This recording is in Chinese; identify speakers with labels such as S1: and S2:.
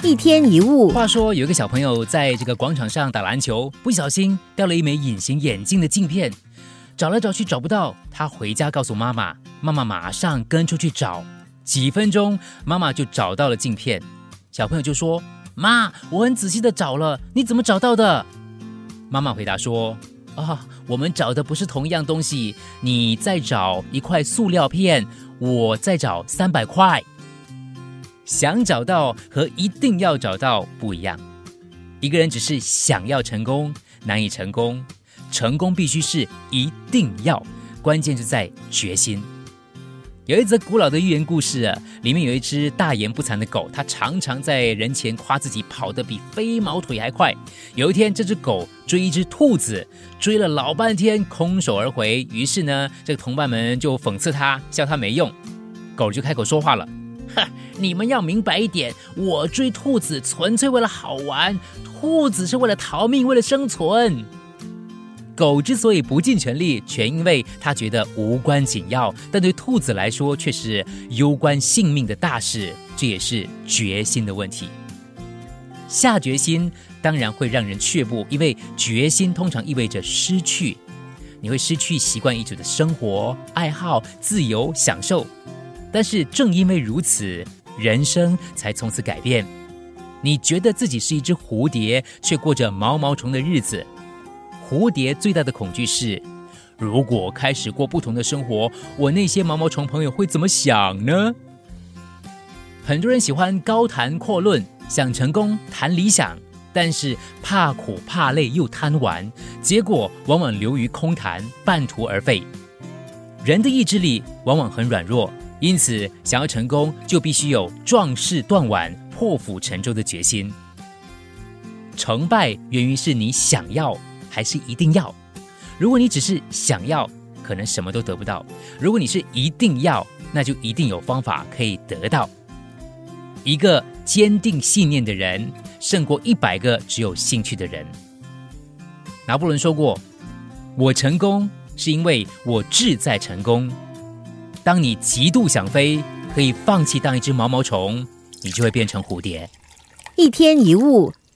S1: 一天一物。
S2: 话说有一个小朋友在这个广场上打篮球，不小心掉了一枚隐形眼镜的镜片，找来找去找不到，他回家告诉妈妈，妈妈马上跟出去找，几分钟妈妈就找到了镜片。小朋友就说：妈，我很仔细的找了，你怎么找到的？妈妈回答说：我们找的不是同一样东西，你再找一块塑料片，我再找300块。想找到和一定要找到不一样，一个人只是想要成功，难以成功，成功必须是一定要，关键就在决心。有一则古老的寓言故事里面有一只大言不惭的狗，它常常在人前夸自己跑得比飞毛腿还快。有一天，这只狗追一只兔子，追了老半天，空手而回。于是呢，这个同伴们就讽刺它，笑它没用。狗就开口说话了：你们要明白一点，我追兔子纯粹为了好玩，兔子是为了逃命，为了生存。狗之所以不尽全力，全因为它觉得无关紧要，但对兔子来说却是攸关性命的大事，这也是决心的问题。下决心当然会让人却步，因为决心通常意味着失去，你会失去习惯已久的生活、爱好、自由、享受。但是正因为如此，人生才从此改变。你觉得自己是一只蝴蝶，却过着毛毛虫的日子。蝴蝶最大的恐惧是，如果开始过不同的生活，我那些毛毛虫朋友会怎么想呢？很多人喜欢高谈阔论，想成功，谈理想，但是怕苦怕累又贪玩，结果往往流于空谈，半途而废。人的意志力往往很软弱，因此想要成功就必须有壮士断腕、破釜沉舟的决心。成败源于是你想要还是一定要。如果你只是想要，可能什么都得不到；如果你是一定要，那就一定有方法可以得到。一个坚定信念的人，胜过100个只有兴趣的人。拿破仑说过：我成功是因为我志在成功。当你极度想飞，可以放弃当一只毛毛虫，你就会变成蝴蝶。
S1: 一天一物，